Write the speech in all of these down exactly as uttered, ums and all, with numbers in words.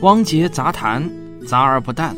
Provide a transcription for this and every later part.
汪杰杂谈，杂而不淡。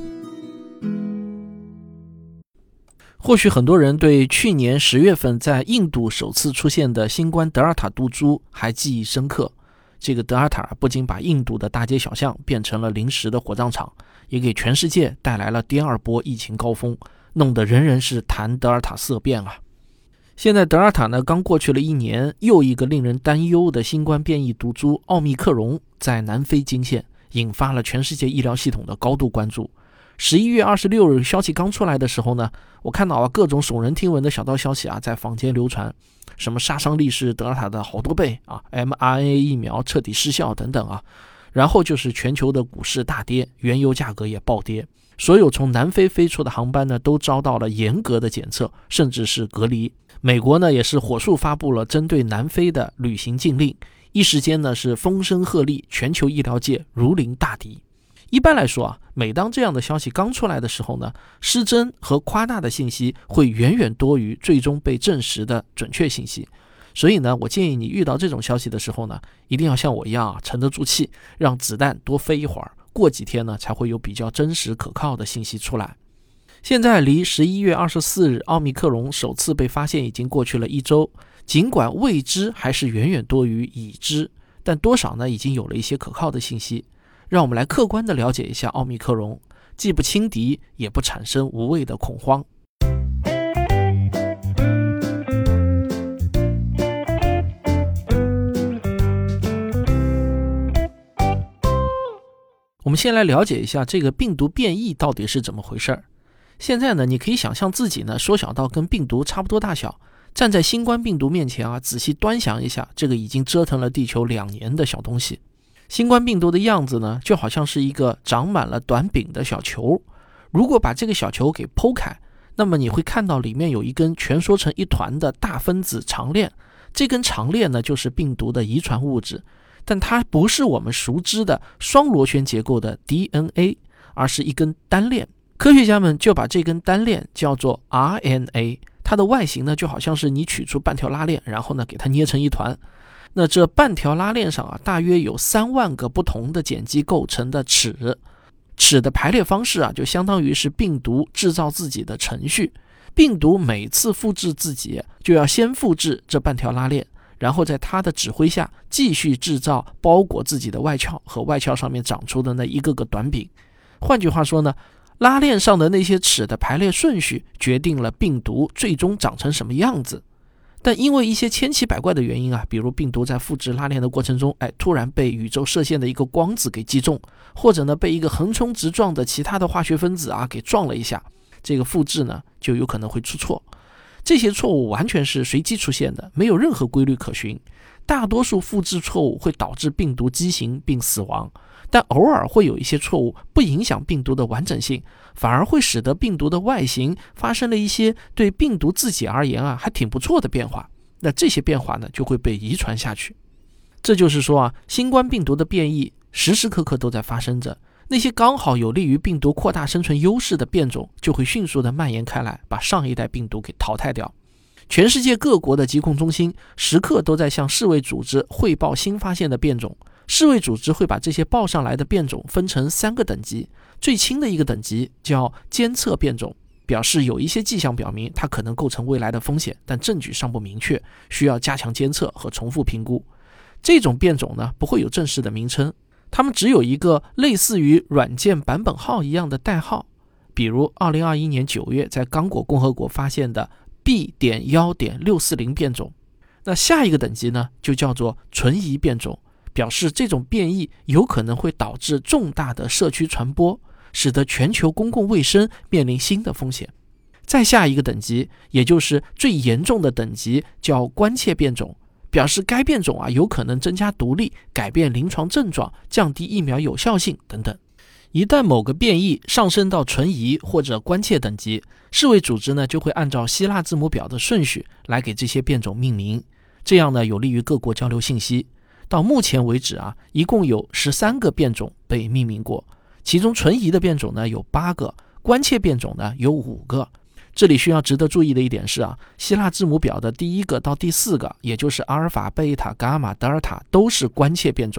或许很多人对去年十月份在印度首次出现的新冠德尔塔毒株还记忆深刻。这个德尔塔不仅把印度的大街小巷变成了临时的火葬场，也给全世界带来了第二波疫情高峰，弄得人人是谈德尔塔色变啊。现在德尔塔呢，刚过去了一年，又一个令人担忧的新冠变异毒株奥密克戎在南非惊现，引发了全世界医疗系统的高度关注。十一月二十六日消息刚出来的时候呢，我看到啊各种耸人听闻的小道消息啊在坊间流传，什么杀伤力是德尔塔的好多倍啊 ，M R N A 疫苗彻底失效等等啊。然后就是全球的股市大跌，原油价格也暴跌，所有从南非飞出的航班呢都遭到了严格的检测，甚至是隔离。美国呢也是火速发布了针对南非的旅行禁令，一时间呢是风声鹤唳，全球医疗界如临大敌。一般来说啊，每当这样的消息刚出来的时候呢，失真和夸大的信息会远远多于最终被证实的准确信息。所以呢，我建议你遇到这种消息的时候呢，一定要像我一样啊，沉得住气，让子弹多飞一会儿，过几天呢才会有比较真实可靠的信息出来。现在离十一月二十四日奥密克戎首次被发现已经过去了一周，尽管未知还是远远多于已知，但多少呢已经有了一些可靠的信息。让我们来客观地了解一下奥密克戎，既不轻敌，也不产生无谓的恐慌。我们先来了解一下这个病毒变异到底是怎么回事。现在呢，你可以想象自己呢缩小到跟病毒差不多大小，站在新冠病毒面前啊，仔细端详一下这个已经折腾了地球两年的小东西。新冠病毒的样子呢，就好像是一个长满了短柄的小球。如果把这个小球给剖开，那么你会看到里面有一根蜷缩成一团的大分子长链。这根长链呢，就是病毒的遗传物质，但它不是我们熟知的双螺旋结构的 D N A， 而是一根单链。科学家们就把这根单链叫做 R N A， 它的外形呢，就好像是你取出半条拉链，然后呢给它捏成一团。那这半条拉链上啊，大约有三万个不同的碱基构成的齿，齿的排列方式啊，就相当于是病毒制造自己的程序。病毒每次复制自己，就要先复制这半条拉链，然后在它的指挥下继续制造包裹自己的外壳和外壳上面长出的那一个个短柄。换句话说呢，拉链上的那些齿的排列顺序决定了病毒最终长成什么样子。但因为一些千奇百怪的原因啊，比如病毒在复制拉链的过程中，哎，突然被宇宙射线的一个光子给击中，或者呢被一个横冲直撞的其他的化学分子啊给撞了一下，这个复制呢就有可能会出错。这些错误完全是随机出现的，没有任何规律可循。大多数复制错误会导致病毒畸形并死亡，但偶尔会有一些错误不影响病毒的完整性，反而会使得病毒的外形发生了一些对病毒自己而言啊还挺不错的变化。那这些变化呢就会被遗传下去。这就是说啊，新冠病毒的变异时时刻刻都在发生着，那些刚好有利于病毒扩大生存优势的变种就会迅速的蔓延开来，把上一代病毒给淘汰掉。全世界各国的疾控中心时刻都在向世卫组织汇报新发现的变种，世卫组织会把这些报上来的变种分成三个等级，最轻的一个等级叫监测变种，表示有一些迹象表明它可能构成未来的风险，但证据尚不明确，需要加强监测和重复评估。这种变种呢不会有正式的名称，它们只有一个类似于软件版本号一样的代号，比如二零二一年九月在刚果共和国发现的 B 点一点六四零 变种。那下一个等级呢就叫做存疑变种，表示这种变异有可能会导致重大的社区传播，使得全球公共卫生面临新的风险。再下一个等级，也就是最严重的等级，叫关切变种，表示该变种啊有可能增加毒力，改变临床症状，降低疫苗有效性等等。一旦某个变异上升到存疑或者关切等级，世卫组织呢就会按照希腊字母表的顺序来给这些变种命名，这样呢有利于各国交流信息。到目前为止啊，一共有十三个变种被命名过，其中存疑的变种呢有八个，关切变种呢有五个。这里需要值得注意的一点是啊，希腊字母表的第一个到第四个，也就是阿尔法、贝塔、伽马、德尔塔都是关切变种，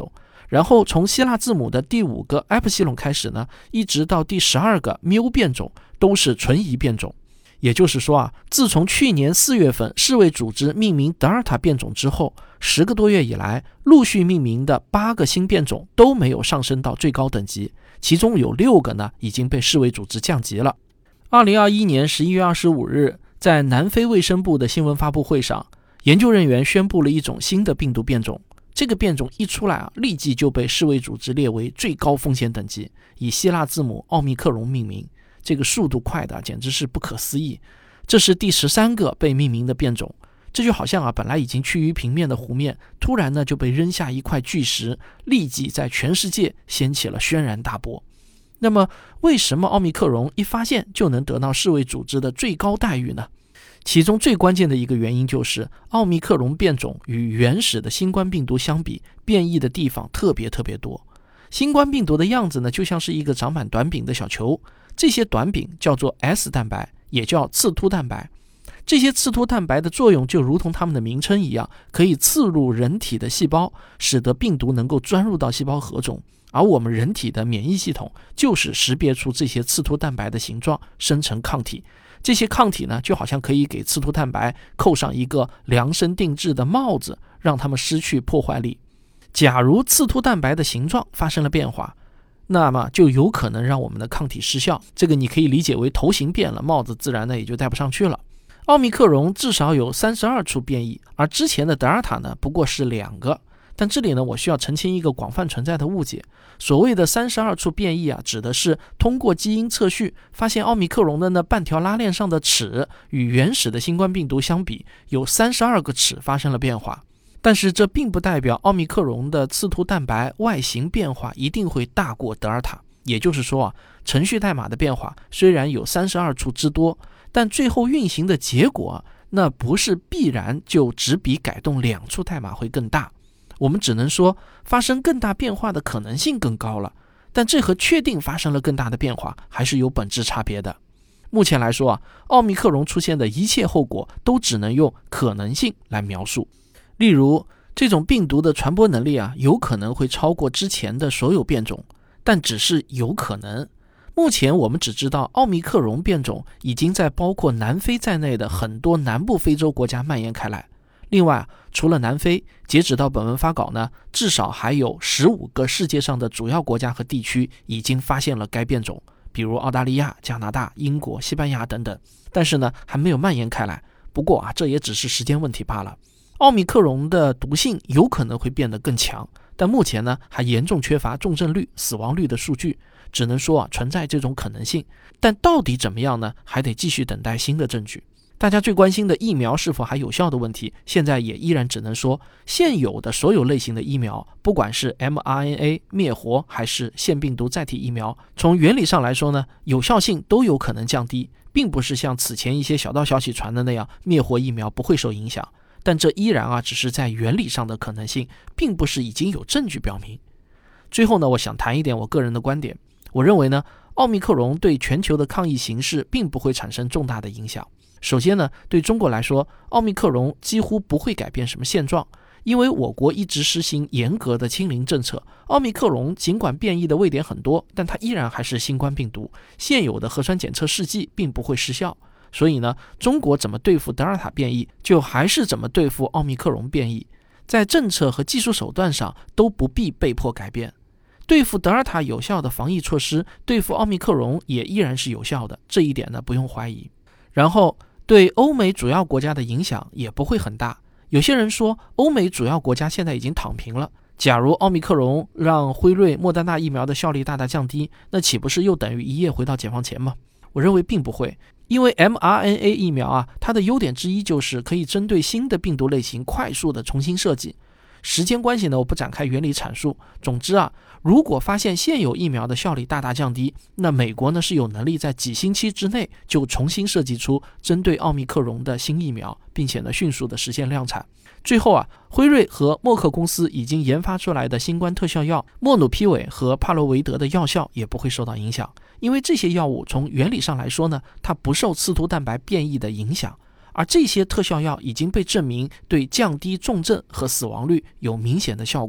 然后从希腊字母的第五个 epsilon 开始呢，一直到第十二个 mu 变种都是纯移变种。也就是说啊，自从去年四月份世卫组织命名德尔塔变种之后，十个多月以来，陆续命名的八个新变种都没有上升到最高等级，其中有六个呢已经被世卫组织降级了。二零二一年十一月二十五日，在南非卫生部的新闻发布会上，研究人员宣布了一种新的病毒变种。这个变种一出来啊，立即就被世卫组织列为最高风险等级，以希腊字母奥密克戎命名。这个速度快的简直是不可思议。这是第十三个被命名的变种，这就好像啊，本来已经趋于平面的湖面，突然呢就被扔下一块巨石，立即在全世界掀起了轩然大波。那么为什么奥密克戎一发现就能得到世卫组织的最高待遇呢？其中最关键的一个原因就是奥密克戎变种与原始的新冠病毒相比，变异的地方特别特别多。新冠病毒的样子呢，就像是一个长满短柄的小球，这些短柄叫做 S 蛋白，也叫刺突蛋白。这些刺突蛋白的作用就如同它们的名称一样，可以刺入人体的细胞，使得病毒能够钻入到细胞核中。而我们人体的免疫系统就是识别出这些刺突蛋白的形状，生成抗体。这些抗体呢，就好像可以给刺突蛋白扣上一个量身定制的帽子，让它们失去破坏力。假如刺突蛋白的形状发生了变化，那么就有可能让我们的抗体失效。这个你可以理解为头型变了，帽子自然呢也就戴不上去了。奥密克戎至少有三十二处变异，而之前的德尔塔呢不过是两个。但这里呢，我需要澄清一个广泛存在的误解。所谓的三十二处变异啊，指的是通过基因测序发现奥密克戎的那半条拉链上的齿与原始的新冠病毒相比，有三十二个齿发生了变化。但是这并不代表奥密克戎的刺突蛋白外形变化一定会大过德尔塔。也就是说啊，程序代码的变化虽然有三十二处之多，但最后运行的结果那不是必然就只比改动两处代码会更大。我们只能说发生更大变化的可能性更高了，但这和确定发生了更大的变化还是有本质差别的。目前来说啊，奥密克戎出现的一切后果都只能用可能性来描述。例如，这种病毒的传播能力啊，有可能会超过之前的所有变种，但只是有可能。目前我们只知道奥密克戎变种已经在包括南非在内的很多南部非洲国家蔓延开来。另外，除了南非，截止到本文发稿呢，至少还有十五个世界上的主要国家和地区已经发现了该变种，比如澳大利亚、加拿大、英国、西班牙等等。但是呢，还没有蔓延开来。不过啊，这也只是时间问题罢了。奥密克戎的毒性有可能会变得更强，但目前呢，还严重缺乏重症率、死亡率的数据，只能说啊，存在这种可能性。但到底怎么样呢？还得继续等待新的证据。大家最关心的疫苗是否还有效的问题，现在也依然只能说，现有的所有类型的疫苗，不管是 M R N A 灭活还是腺病毒载体疫苗，从原理上来说呢，有效性都有可能降低，并不是像此前一些小道消息传的那样，灭活疫苗不会受影响。但这依然啊，只是在原理上的可能性，并不是已经有证据表明。最后呢，我想谈一点我个人的观点。我认为呢，奥密克戎对全球的抗疫形势并不会产生重大的影响。首先呢，对中国来说，奥密克戎几乎不会改变什么现状，因为我国一直实行严格的清零政策。奥密克戎尽管变异的位点很多，但它依然还是新冠病毒，现有的核酸检测试剂并不会失效。所以呢，中国怎么对付德尔塔变异，就还是怎么对付奥密克戎变异，在政策和技术手段上都不必被迫改变。对付德尔塔有效的防疫措施，对付奥密克戎也依然是有效的，这一点呢不用怀疑。然后对欧美主要国家的影响也不会很大。有些人说欧美主要国家现在已经躺平了，假如奥密克戎让辉瑞、莫德纳疫苗的效力大大降低，那岂不是又等于一夜回到解放前吗？我认为并不会，因为 M R N A 疫苗啊，它的优点之一就是可以针对新的病毒类型快速的重新设计。时间关系呢，我不展开原理阐述。总之啊，如果发现现有疫苗的效力大大降低，那美国呢是有能力在几星期之内就重新设计出针对奥密克戎的新疫苗，并且呢迅速的实现量产。最后啊，辉瑞和默克公司已经研发出来的新冠特效药莫努匹韦和帕罗维德的药效也不会受到影响，因为这些药物从原理上来说呢，它不受刺突蛋白变异的影响。而这些特效药已经被证明对降低重症和死亡率有明显的效果。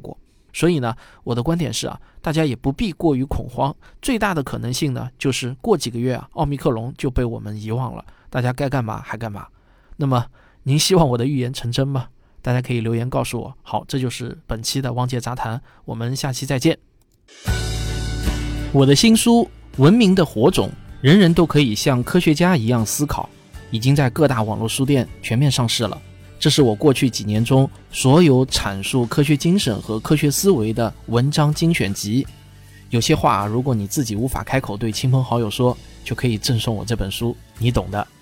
所以呢，我的观点是啊，大家也不必过于恐慌，最大的可能性呢，就是过几个月啊，奥密克戎就被我们遗忘了，大家该干嘛还干嘛。那么您希望我的预言成真吗？大家可以留言告诉我。好，这就是本期的汪杰杂谈，我们下期再见。我的新书《文明的火种》，人人都可以像科学家一样思考，已经在各大网络书店全面上市了。这是我过去几年中所有阐述科学精神和科学思维的文章精选集。有些话啊，如果你自己无法开口对亲朋好友说，就可以赠送我这本书，你懂的。